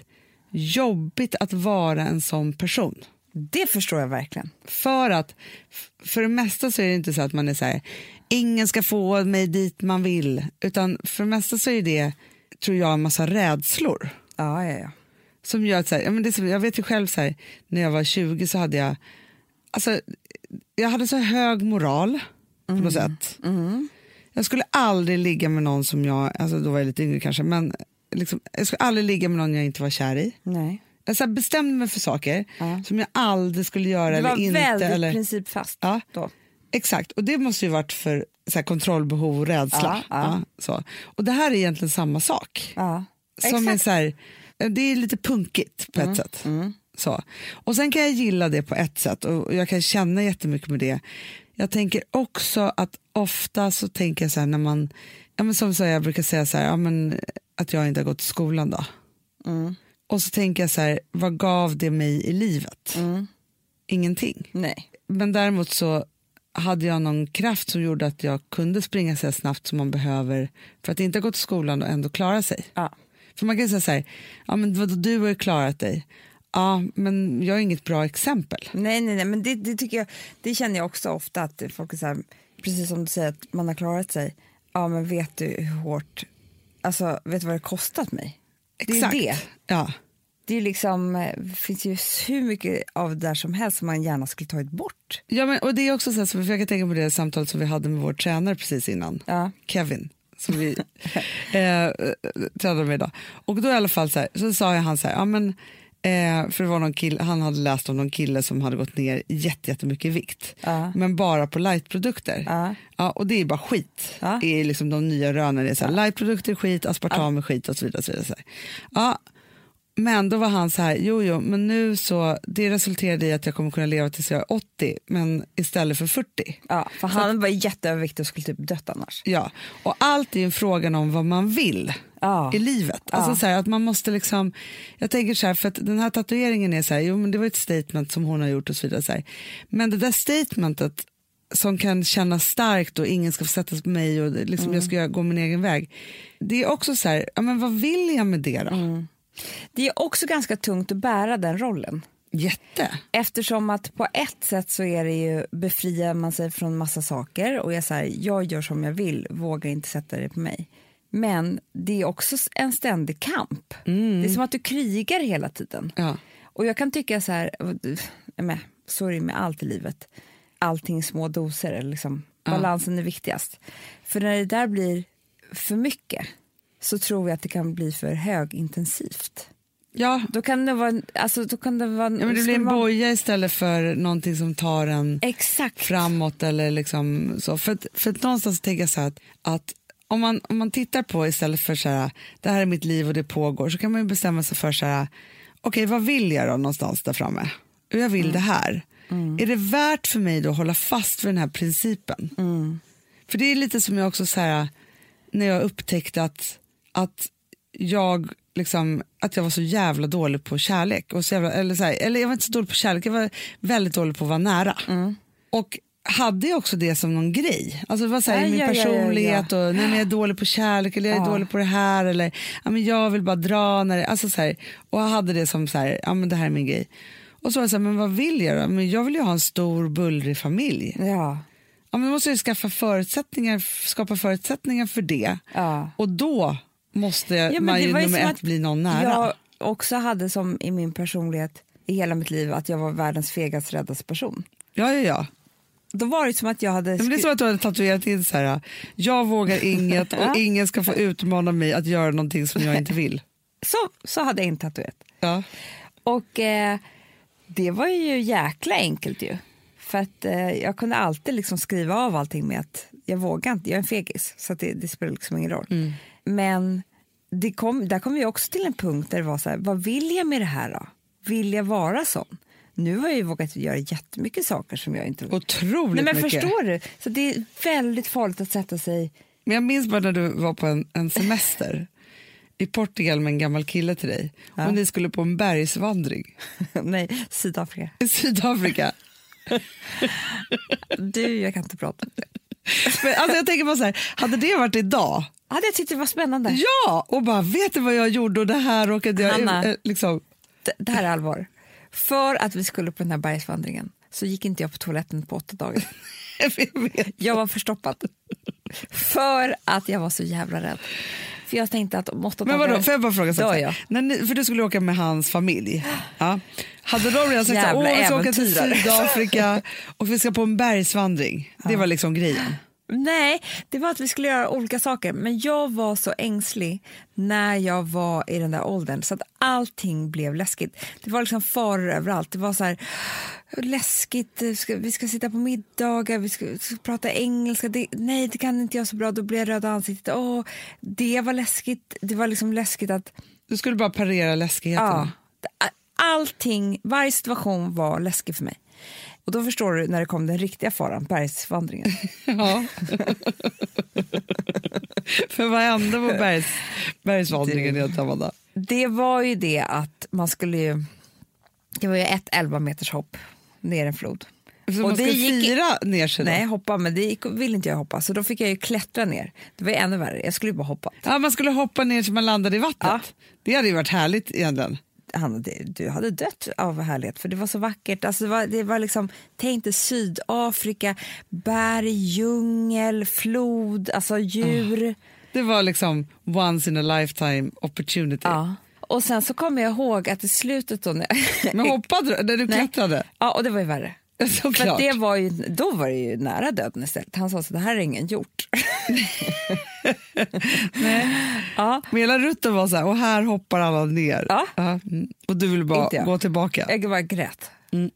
jobbigt att vara en sån person. Det förstår jag verkligen. För att för det mesta så är det inte så att man är så här, ingen ska få mig dit man vill, utan för det mesta så är det, tror jag, en massa rädslor. Ja. Som gör att så här, ja, men det är som, jag vet ju själv så här, när jag var 20 så hade jag, alltså, jag hade så hög moral på något sätt. Jag skulle aldrig ligga med någon som jag, alltså då var jag lite yngre kanske, men liksom, jag skulle aldrig ligga med någon jag inte var kär i. Nej. Jag så här, bestämde mig för saker som jag aldrig skulle göra eller inte. Det var väldigt eller, principfast då. Exakt, och det måste ju varit för så här, kontrollbehov och rädsla. Så. Och det här är egentligen samma sak. Som är så här, det är lite punkigt på ett sätt. Så. Och sen kan jag gilla det på ett sätt och jag kan känna jättemycket med det. Jag tänker också att ofta så tänker jag så här när man, ja, men som så jag brukar säga så här, ja, men att jag inte har gått till skolan då. Och så tänker jag så här, vad gav det mig i livet? Ingenting. Nej. Men däremot så hade jag någon kraft som gjorde att jag kunde springa så snabbt som man behöver för att inte gå till skolan och ändå klara sig. För man kan säga så här, ja, men du har ju klarat dig. Ja, men jag är inget bra exempel. Nej, men det tycker jag, det känner jag också ofta att folk är så här, precis som du säger att man har klarat sig. Ja, men vet du hur hårt, alltså vet du vad det kostat mig? Exakt. Det är det. Ja. Det är liksom, finns ju hur mycket av det där som helst som man gärna skulle tagit bort. Ja, men, och det är också så här, så jag kan tänka på det samtalet som vi hade med vår tränare precis innan. Kevin, som vi tränade med idag. Och då i alla fall så här, så sa jag han så här, ja men för det var någon kille, han hade läst om någon kille som hade gått ner jättemycket i vikt. Men bara på lightprodukter. Ja, och det är bara skit. Det är liksom de nya rönen, det är så här, lightprodukter skit, aspartam skit och så vidare. Så vidare. Ja. Men då var han så här, jo, men nu så, det resulterade i att jag kommer kunna leva tills jag är 80, men istället för 40. Ja, för han var jätteöverviktig och skulle typ dött annars. Ja, och allt är ju en frågan om vad man vill i livet. Alltså så här, att man måste liksom, jag tänker så här, för att den här tatueringen är så här, jo men det var ett statement som hon har gjort och så vidare. Så här. Men det där statementet som kan kännas starkt och ingen ska få sättas på mig och liksom jag ska gå min egen väg. Det är också så här, ja men vad vill jag med det då? Det är också ganska tungt att bära den rollen. Jätte. Eftersom att på ett sätt så är det ju, befriar man sig från massa saker och jag säger, jag gör som jag vill, vågar inte sätta det på mig. Men det är också en ständig kamp. Det är som att du krigar hela tiden. Ja. Och jag kan tycka så här, så är det med allt i livet. Allting små doser, eller liksom, balansen är viktigast. För när det där blir för mycket så tror jag att det kan bli för högintensivt. Ja. Då kan det vara, ja, men det blir en boja istället för någonting som tar en framåt eller liksom så. För att någonstans tänker jag så här att om man tittar på istället för så här, det här är mitt liv och det pågår, så kan man ju bestämma sig för så här, okej, vad vill jag då någonstans där framme? Jag vill det här. Är det värt för mig då att hålla fast vid den här principen? För det är lite som jag också så här, när jag upptäckte att jag liksom, att jag var så jävla dålig på kärlek och så jävla, eller jag var inte så dålig på kärlek, jag var väldigt dålig på att vara nära. Och hade jag också det som någon grej. Alltså det var så här, i min personlighet och nej, men jag är dålig på kärlek eller jag är dålig på det här eller ja, men jag vill bara dra när det, alltså så här, och jag hade det som så här, ja men det här är min grej. Och så var jag så här, men vad vill jag då? Men jag vill ju ha en stor bullrig familj. Ja, men måste ju skapa förutsättningar för det. Ja. Och då måste man ju nummer ett bli någon nära. Jag också hade som i min personlighet i hela mitt liv att jag var världens fegast räddaste person. Ja. Då var det som att jag hade... Men det är som att du hade tatuerat in så här, jag vågar inget och ingen ska få utmana mig att göra någonting som jag inte vill. Så hade jag inte tatuerat. Ja. Och det var ju jäkla enkelt ju. För att jag kunde alltid liksom skriva av allting med att jag vågar inte, jag är en fegis. Så att det spelar liksom ingen roll. Men där kom vi också till en punkt där det var så här, vad vill jag med det här då? Vill jag vara sån? Nu har jag ju vågat göra jättemycket saker som jag inte... Otroligt mycket. Förstår du? Så det är väldigt farligt att sätta sig... Men jag minns bara när du var på en semester i Portugal med en gammal kille till dig. Ja. Och ni skulle på en bergsvandring. Nej, Sydafrika. Sydafrika. Jag kan inte prata om det. Men, alltså jag tänker bara så här, hade det varit idag? Hade jag tyckt det var spännande. Ja, och bara vet du vad jag gjorde och det här och jag... Hanna, liksom... det här är allvar. För att vi skulle på den här bergsvandringen så gick inte jag på toaletten på 8 dagar. Jag var förstoppad. För att jag var så jävla rädd. För jag tänkte att om 8 dagar... Men vadå, får jag bara fråga så ja. För du skulle åka med hans familj. Ja. Hade de redan sagt att vi ska åka till Sydafrika och vi ska på en bergsvandring? Det var liksom grejen. Nej, det var att vi skulle göra olika saker. Men jag var så ängslig när jag var i den där åldern så att allting blev läskigt. Det var liksom faror överallt. Det var så här läskigt. Vi ska sitta på middagar, vi ska prata engelska. Nej, det kan inte jag så bra. Då blir jag röd i ansiktet. Det var läskigt. Det var liksom läskigt att... Du skulle bara parera läskigheterna. Ja, allting, varje situation var läskig för mig. Och då förstår du när det kom den riktiga faran, bergsvandringen. Ja. För vad hände på bergsvandringen i Amanda? Det var ju det att man skulle ju... Det var ju ett 11 meters hopp ner en flod. Så man skulle fira ner sig då? Nej, hoppa, men det ville inte jag hoppa. Så då fick jag ju klättra ner. Det var ju ännu värre, jag skulle ju bara hoppa. Ja, man skulle hoppa ner så man landade i vattnet. Ja. Det hade ju varit härligt egentligen. Du hade dött av härlighet för det var så vackert. Alltså det var liksom, tänk dig Sydafrika, berg, djungel, flod, alltså djur. Det var liksom once in a lifetime opportunity. Ja. Och sen så kommer jag ihåg att i slutet då... Men hoppade du när du klättrade? Ja, och det var ju värre. Såklart. För då var det ju nära döden istället. Han sa så, det här är ingen gjort. Nej. Ja. Men hela rutten var så här, och här hoppar alla ner. Ja. Och du ville bara gå tillbaka. Jag bara grät.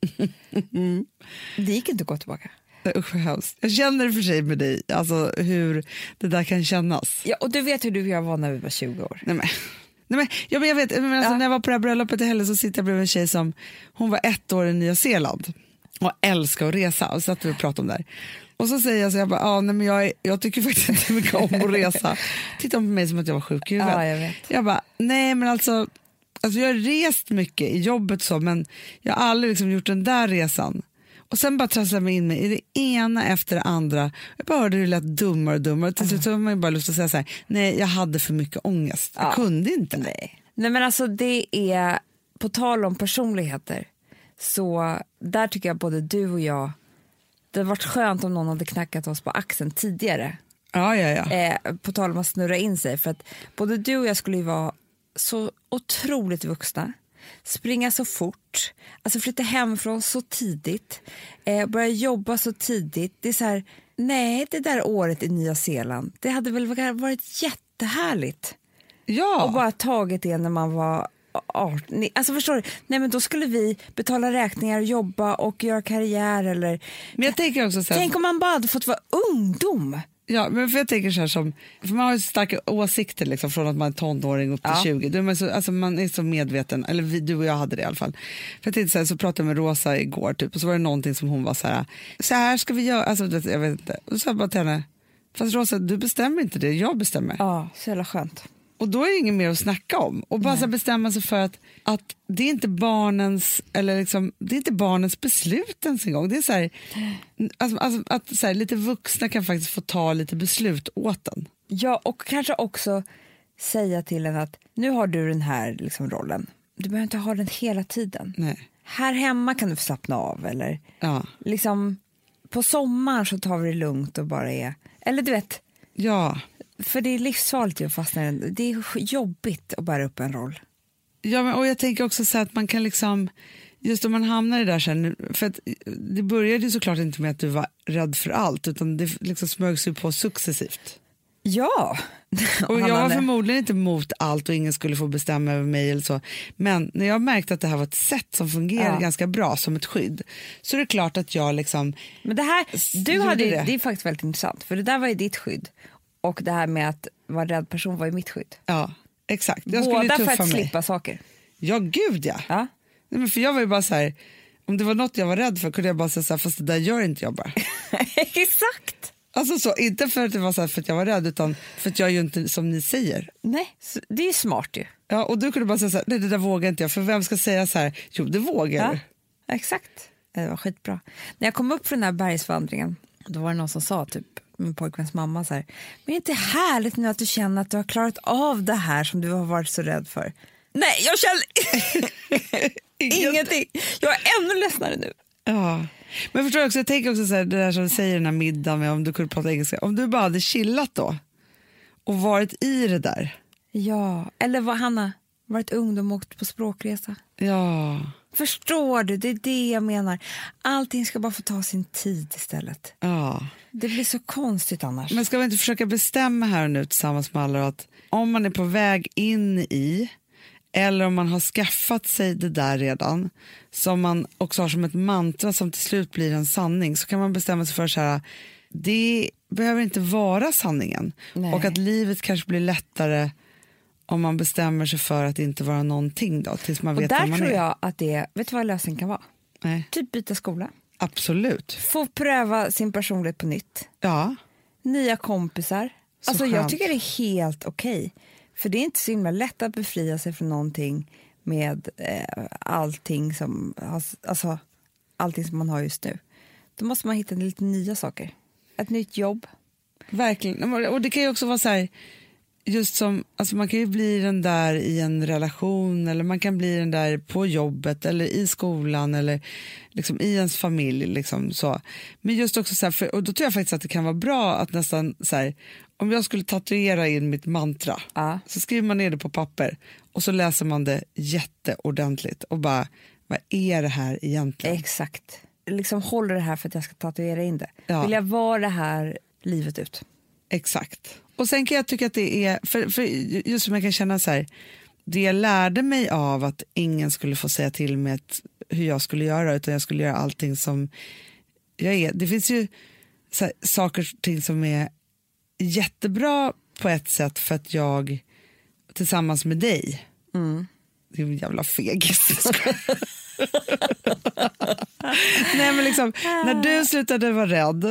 Det gick inte att gå tillbaka. Usch vad hemskt. Jag känner det för sig med dig, alltså hur det där kan kännas. Ja, och du vet hur du och jag var när vi var 20 år. Nej, men. Nej, men jag vet, men alltså, när jag var på det här bröllopet i helgen så sitter jag bredvid en tjej som, hon var 1 år i Nya Zeeland och älskar att resa, och så satt vi och pratade om det här. Och så säger jag så jag bara, nej men jag tycker faktiskt inte mycket om att resa. Titta på mig som att jag var sjuk i huvudet. Ja, jag vet. Jag bara, nej men alltså jag har rest mycket i jobbet så, men jag har aldrig liksom gjort den där resan. Och sen bara trasslade mig in mig i det ena efter det andra. Jag bara hörde hur det lät dummare och dummare. Till slut så har man ju bara lust att säga så här, nej jag hade för mycket ångest. Jag kunde inte. Nej men alltså det är, på tal om personligheter, så där tycker jag både du och jag, det hade varit skönt om någon hade knackat oss på axeln tidigare. Ja. På tal om att snurra in sig, för att både du och jag skulle ju vara så otroligt vuxna, springa så fort, alltså flytta hemifrån så tidigt, börja jobba så tidigt. Det är så här, nej, det där året i Nya Zeeland, det hade väl varit jättehärligt. Ja. Och bara tagit det när man var 18. Alltså förstår du? Nej, men då skulle vi betala räkningar, jobba och göra karriär eller... Men jag tänker också så här, tänk om man bara hade fått vara ungdom. Ja, men för jag tänker så här, för man har ju starka åsikter liksom, från att man är tonåring upp till 20. Då är man, alltså man är så medveten, eller du och jag hade det i alla fall. För jag tänkte så pratade jag med Rosa igår typ, och så var det någonting som hon var så här ska vi göra, alltså jag vet inte. Och så sa jag bara till henne, fast Rosa, du bestämmer inte det, jag bestämmer. Ja, så jävla skönt. Och då är det inget mer att snacka om. Och bara så bestämma sig för att det är inte barnens, eller liksom, det är inte barnens beslut ens en gång. Det är så här, alltså att så här, lite vuxna kan faktiskt få ta lite beslut åt den. Ja, och kanske också säga till en att nu har du den här liksom rollen. Du behöver inte ha den hela tiden. Nej. Här hemma kan du få slappna av, eller liksom på sommaren så tar vi det lugnt och bara är, eller du vet. Ja. För det är livsfarligt ju, fast det är jobbigt att bära upp en roll. Ja, men, och jag tänker också så att man kan liksom, just om man hamnar i det där sen, för att det började ju såklart inte med att du var rädd för allt, utan det liksom smögs ju på successivt. Ja. Och jag var förmodligen inte emot allt och ingen skulle få bestämma över mig eller så. Men när jag märkte att det här var ett sätt som fungerade ganska bra som ett skydd, så är det klart att jag liksom... Men det här, det är faktiskt väldigt intressant, för det där var ju ditt skydd. Och det här med att vara rädd person var ju mitt skydd. Ja, exakt. Jag båda för att slippa saker. Ja, gud ja. Ja. Nej, men för jag var ju bara så här, om det var något jag var rädd för kunde jag bara säga så här, fast det där gör inte jag bara. Exakt. Alltså så, inte för att det var så här för att jag var rädd, utan för att jag gör inte som ni säger. Nej, det är smart ju. Ja, och du kunde bara säga så här, nej det där vågar inte jag, för vem ska säga så här, jo det vågar du. Exakt, det var skitbra. När jag kom upp för den här bergsvandringen, då var det någon som sa typ, min pojkväns mamma så här, men det är inte härligt nu att du känner att du har klarat av det här som du har varit så rädd för? Nej, jag känner ingenting. Jag är ännu ledsnare nu. Ja, men förstår jag också, jag tänker också så här, det där som du säger den här middagen med, om du kunde prata engelska, om du bara hade chillat då och varit i det där. Ja, eller vad Hanna, varit ungdom och åkt på språkresa. Ja. Förstår du, det är det jag menar. Allting ska bara få ta sin tid istället. Ja. Det blir så konstigt annars. Men ska vi inte försöka bestämma här och nu tillsammans med alla att om man är på väg in i, eller om man har skaffat sig det där redan, som man också har som ett mantra som till slut blir en sanning, så kan man bestämma sig för så här, det behöver inte vara sanningen. Nej. Och att livet kanske blir lättare om man bestämmer sig för att inte vara någonting då, tills man vet vad man är. Och där tror jag att det, vet du vad lösningen kan vara? Nej. Typ byta skola. Absolut. Få pröva sin personlighet på nytt. Ja. Nya kompisar. Så alltså skönt. jag tycker det är helt okej. För det är inte så himla lätt att befria sig från någonting med allting som man har just nu. Då måste man hitta lite nya saker. Ett nytt jobb. Verkligen. Och det kan ju också vara så här, just som, alltså man kan ju bli den där i en relation, eller man kan bli den där på jobbet eller i skolan eller liksom i ens familj liksom så. Men just också så här, och då tror jag faktiskt att det kan vara bra att nästan så här, om jag skulle tatuera in mitt mantra, så skriver man ner det på papper och så läser man det jätteordentligt och bara, vad är det här egentligen? Exakt. Liksom håller det här för att jag ska tatuera in det. Ja. Vill jag vara det här livet ut? Exakt. Och sen kan jag tycka att det är, för just som jag kan känna så här, det jag lärde mig av att ingen skulle få säga till mig hur jag skulle göra, utan jag skulle göra allting som jag är. Det finns ju så här, saker och ting som är jättebra på ett sätt för att jag tillsammans med dig. Det är en jävla fegis. Nej, men liksom, när du slutade vara rädd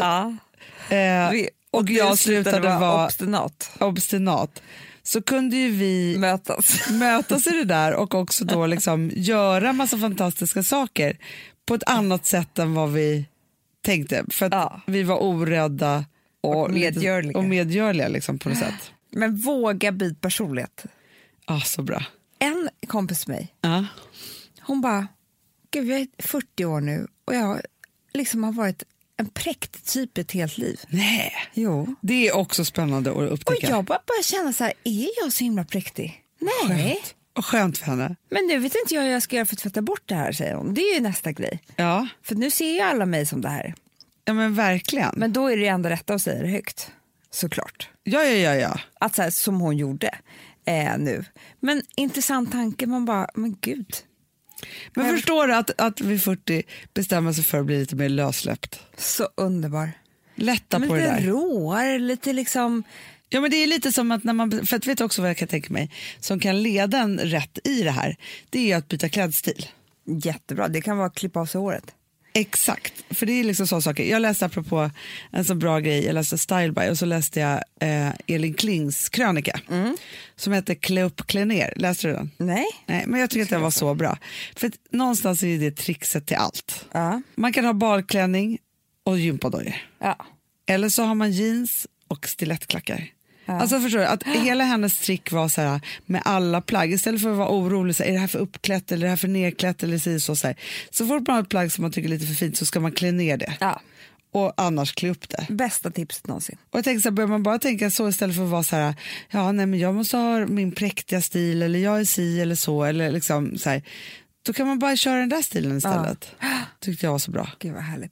och jag slutade vara obstinat, så kunde ju vi mötas i det där och också då liksom göra massa fantastiska saker på ett annat sätt än vad vi tänkte. För att vi var orädda och medgörliga liksom, på något sätt. Men våga byta personlighet. Så bra. En kompis med mig, hon bara, gud, jag är 40 år nu och jag liksom har varit en präktig typ ett helt liv. Nej, jo. Det är också spännande att upptäcka. Och jag bara känna så här, är jag så himla präktig? Nej. Skönt för henne. Men nu vet inte jag hur jag ska göra för att tvätta bort det här, säger hon. Det är ju nästa grej. Ja. För nu ser ju alla mig som det här. Ja, men verkligen. Men då är det enda rätta att säga det högt. Såklart. Ja. Att så här, som hon gjorde nu. Men intressant tanke, man bara, men gud. Men förstår du att vid 40 bestämmer sig för att bli lite mer lössläppt? Så underbar. Lätta på det där. Lite råar, lite liksom... Ja, men det är lite som att när man, för att vet också vad jag kan tänka mig, som kan leda en rätt i det här, det är att byta klädstil. Jättebra, det kan vara att klippa av sig håret. Exakt, för det är liksom så saker. Jag läste apropå en så bra grej, jag läste Style By och så läste jag Elin Klings krönika som heter Klä upp, klä ner. Läste du den? Nej, men jag tycker att den var så bra. För att någonstans är det trixet till allt. Man kan ha balklänning och gympadojor. Eller så har man jeans och stilettklackar. Alltså förstår du, att hela hennes trick var så här med alla plagg, istället för att vara orolig så här, är det här för uppklätt eller är det här för nedklätt eller så här. Så fort man har ett plagg som man tycker är lite för fint så ska man klä ner det. Och annars klä upp det. Bästa tipset någonsin. Och jag tänker så här, börjar man bara tänka så istället för att vara så här, men jag måste ha min präktiga stil eller jag är si eller så eller liksom så här, då kan man bara köra den där stilen istället. Tyckte jag var så bra. Gud vad härligt.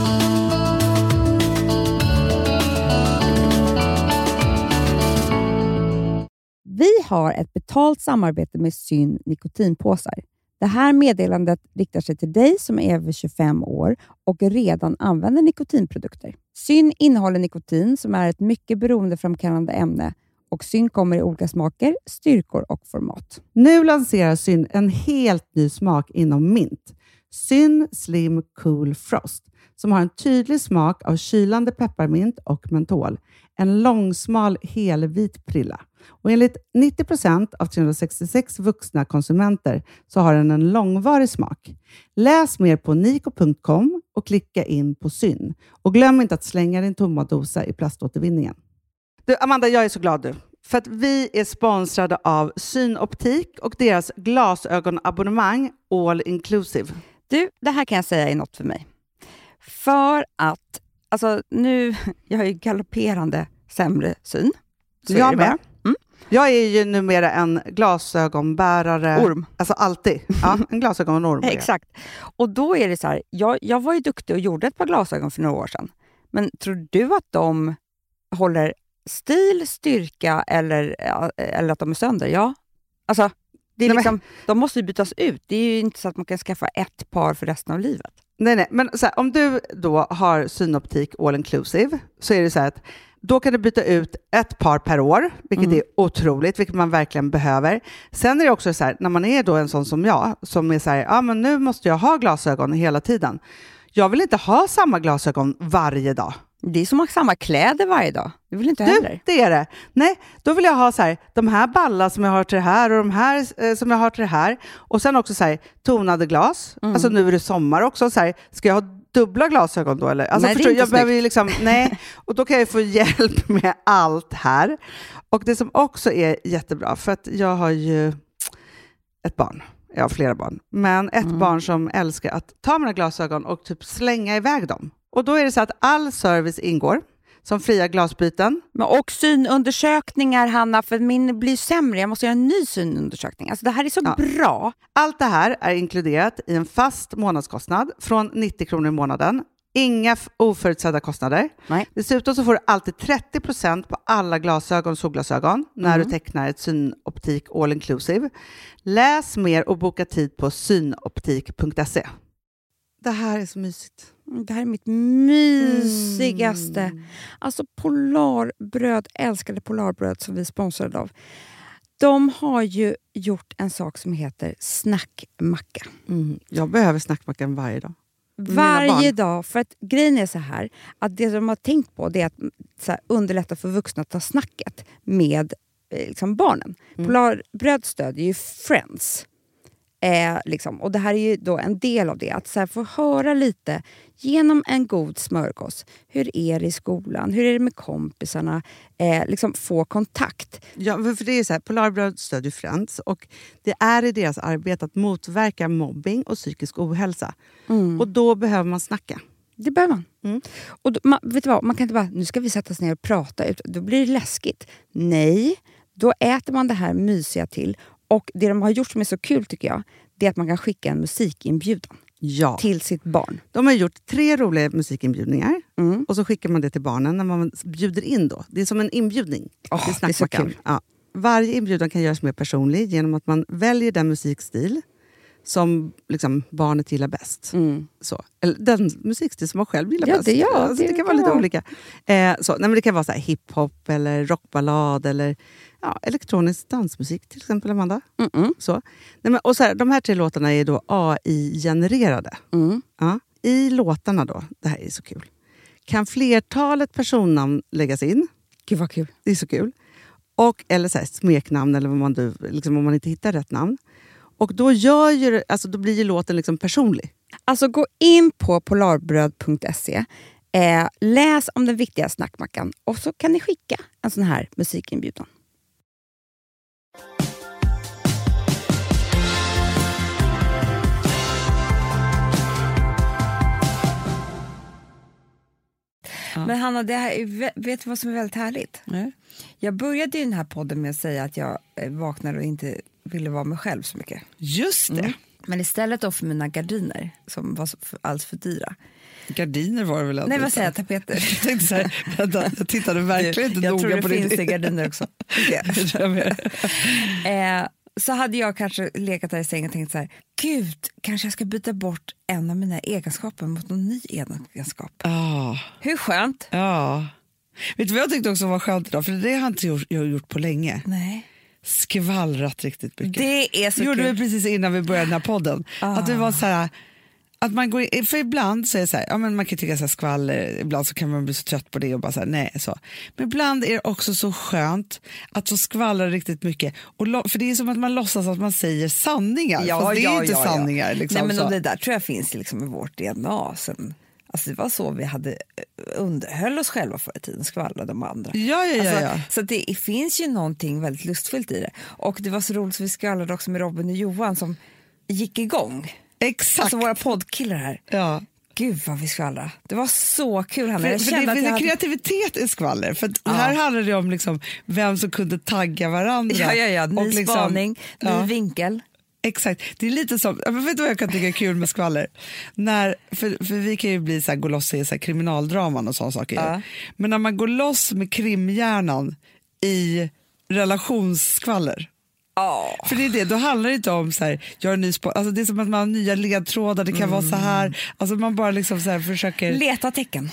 Vi har ett betalt samarbete med Syn nikotinpåsar. Det här meddelandet riktar sig till dig som är över 25 år och redan använder nikotinprodukter. Syn innehåller nikotin som är ett mycket beroendeframkallande ämne och Syn kommer i olika smaker, styrkor och format. Nu lanserar Syn en helt ny smak inom mint. Syn Slim Cool Frost som har en tydlig smak av kylande pepparmint och mentol. En långsmal helvit prilla. Och enligt 90% av 366 vuxna konsumenter så har den en långvarig smak. Läs mer på niko.com och klicka in på Syn. Och glöm inte att slänga din tomma dosa i plaståtervinningen. Du, Amanda, jag är så glad du. För att vi är sponsrade av Synoptik och deras glasögonabonnemang All Inclusive. Du, det här kan jag säga är något för mig. För att, alltså nu, jag har ju galopperande sämre syn. Så jag med. Jag är ju numera en glasögonbärare. Orm. Alltså alltid. Ja, en glasögonorm. Exakt. Och då är det så här, jag var ju duktig och gjorde ett par glasögon för några år sedan. Men tror du att de håller stil, styrka eller att de är sönder? Ja. Alltså, det är liksom, de måste ju bytas ut. Det är ju inte så att man kan skaffa ett par för resten av livet. Nej, men så här, om du då har Synoptik All Inclusive så är det så här att då kan du byta ut ett par per år, vilket är otroligt, vilket man verkligen behöver. Sen är det också så här, när man är då en sån som jag, som är så här, men nu måste jag ha glasögon hela tiden. Jag vill inte ha samma glasögon varje dag. Det är som att ha samma kläder varje dag. Det vill inte heller. Det är det. Nej, då vill jag ha så här, de här ballar som jag har till det här och de här som jag har till det här. Och sen också så här, tonade glas. Alltså nu är det sommar också. Så här, ska jag ha dubbla glasögon då? Eller? Alltså, nej, förstår, jag behöver ju liksom, nej. Och då kan jag få hjälp med allt här. Och det som också är jättebra, för att jag har ju ett barn. Jag har flera barn. Men ett barn som älskar att ta mina glasögon och typ slänga iväg dem. Och då är det så att all service ingår, som fria glasbyten. Men och synundersökningar, Hanna, för min blir sämre. Jag måste göra en ny synundersökning. Alltså det här är så bra. Allt det här är inkluderat i en fast månadskostnad från 90 kronor i månaden. Inga oförutsedda kostnader. Nej. Dessutom så får du alltid 30% på alla glasögon och solglasögon när du tecknar ett Synoptik All Inclusive. Läs mer och boka tid på synoptik.se. Det här är så mysigt. Det här är mitt mysigaste. Alltså Polarbröd, älskade Polarbröd som vi sponsrade av. De har ju gjort en sak som heter snackmacka. Jag behöver snackmackan varje dag. Varje dag, för att grejen är så här att det de har tänkt på det är att så här, underlätta för vuxna att ta snacket med liksom barnen. Polarbröd stödjer ju Friends. Liksom. Och det här är ju då en del av det. Att så här, få höra lite genom en god smörgås. Hur är det i skolan? Hur är det med kompisarna? Liksom få kontakt. Ja, för det är så här, Polarbröd stödjer Friends och det är i deras arbete att motverka mobbing och psykisk ohälsa. Och då behöver man snacka. Det behöver man. Och då, vet du vad? Man kan inte bara, nu ska vi sätta oss ner och prata ut. Då blir det läskigt. Nej, då äter man det här mysiga till. Och det de har gjort som är så kul tycker jag, det är att man kan skicka en musikinbjudan till sitt barn. De har gjort 3 roliga musikinbjudningar och så skickar man det till barnen när man bjuder in då. Det är som en inbjudning till snackmackan. Det är så kul. Ja. Varje inbjudan kan göras mer personlig genom att man väljer den musikstil som liksom barnet gillar bäst. Så. Eller den musikstil som man själv gillar bäst. Det kan vara lite olika. Det kan vara så här hiphop eller rockballad eller elektronisk dansmusik till exempel, Amanda. Så. Och så här, de här 3 låtarna är då AI-genererade. Ja. I låtarna då, det här är så kul, kan flertalet personnamn läggas in. Gud vad kul. Det är så kul. Eller så här, smeknamn eller liksom, om man inte hittar rätt namn. Och då då blir ju låten liksom personlig. Alltså gå in på polarbröd.se, läs om den viktiga snackmackan och så kan ni skicka en sån här musikinbjudan. Men Hanna, det här vet du vad som är väldigt härligt? Jag började i den här podden med att säga att jag vaknade och inte ville vara mig själv så mycket. Just det. Men istället då för mina gardiner som var alls för dyra. Gardiner var det väl? Nej, vad säger jag? Tapeter. Jag tänkte så här, jag tittade verkligen inte noga på det. Jag tror det finns gardiner också. Så hade jag kanske legat där i sängen och tänkt så här, gud, kanske jag ska byta bort en av mina egenskaper mot någon ny egenskap. Hur skönt? Ja. Vet du vad jag tyckte också var skönt idag? För det har inte jag gjort på länge. Nej. Skvallrat riktigt mycket. Det är så gjorde kul. vi precis innan vi började den här podden. Att det var så här, att man går in, för ibland så är det så här, ja, men man kan tycka så här skvaller, ibland så kan man bli så trött på det och bara så här, nej så. Men ibland är det också så skönt att få skvallra riktigt mycket. Och för det är som att man låtsas att man säger sanningar, fast det är inte sanningar. Liksom, nej, men så. Det där tror jag finns liksom i vårt DNA sen. Alltså det var så vi hade underhöll oss själva förr i tiden, skvallrade de andra. Ja. Så det finns ju någonting väldigt lustfullt i det. Och det var så roligt så vi skvallrade också med Robin och Johan som gick igång. Exakt. Alltså våra poddkillar här. Ja. Gud vad vi skvallrade. Det var så kul. Hanna. För det finns kreativitet i skvaller. För här handlar det om liksom vem som kunde tagga varandra. Ja. Ny och liksom, spaning, ny vinkel. Exakt, det är lite som, vet du vad jag kan tycka är kul med skvaller? För vi kan ju bli så här, gå loss i så här, kriminaldraman och sådana saker. Men när man går loss med krimhjärnan i relationsskvaller. För det är det, då handlar det inte om så här, jag är ny alltså det är som att man har nya ledtrådar, det kan vara så här, alltså man bara liksom så här försöker leta tecken.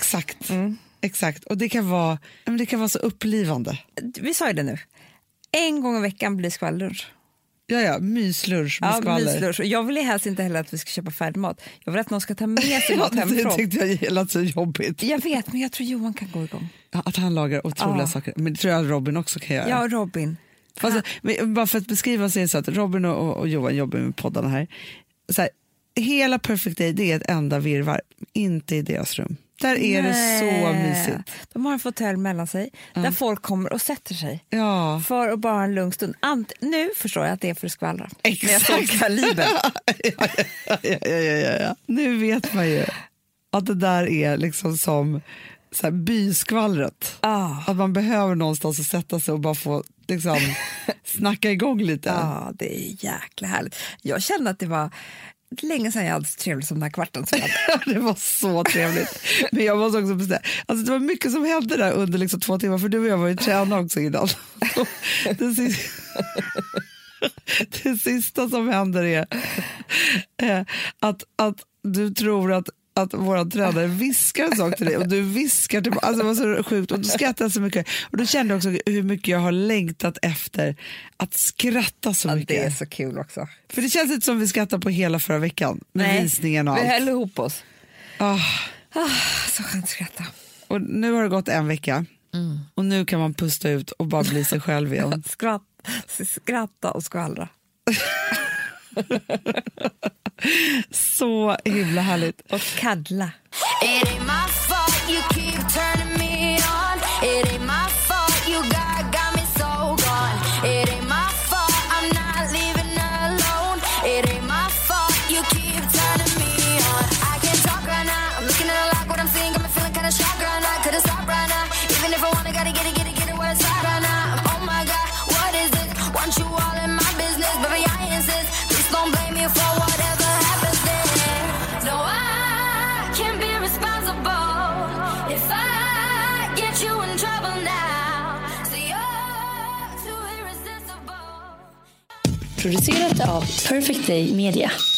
Exakt, och det kan vara så upplivande. Vi sa ju det nu, en gång i veckan blir skvallrunch. Ja, myslunch med skvaller. Myslunch. Jag vill helst inte heller att vi ska köpa färdigmat. Jag vill att någon ska ta med sig mat hemifrån. Det tyckte jag lät så jobbigt. Jag vet, men jag tror Johan kan gå igång. Ja, att han lagar otroliga saker. Men det tror jag Robin också kan göra. Ja, Robin. Alltså, bara för att beskriva så är det så att Robin och Johan jobbar med poddarna här. Så här, hela Perfect Day, det är ett enda virvar. Inte i deras rum. Där är det så mysigt. De har en fåtölj mellan sig där folk kommer och sätter sig för att bara ha en lugn stund. Nu förstår jag att det är för att skvallra. Exakt. När jag såg Kaliber. Ja. Nu vet man ju att det där är liksom som så här byskvallret. Att man behöver någonstans att sätta sig och bara få liksom snacka igång lite. Ja, det är jäkla härligt. Jag kände att det var länge sedan jag hade så trevligt som den här kvarten. Det var så trevligt. Men jag måste också bestämma. Alltså det var mycket som hände där under liksom 2 timmar. För du och jag var ju tränare också innan. Det sista som händer är att du tror att att våran tränare viskar en sak till dig och du viskar tillbaka. Alltså det var så sjukt och du skrattar så mycket. Och då kände jag också hur mycket jag har längtat efter att skratta så mycket. Det är så kul också. För det känns inte som vi skrattar på hela förra veckan med visningen och allt. Vi höll ihop oss. Så skönt att skratta. Och nu har det gått en vecka och nu kan man pusta ut och bara bli sig själv igen. Skratta och skvallra. Så himla härligt. Och kaddla. Producerat av Perfect Day Media.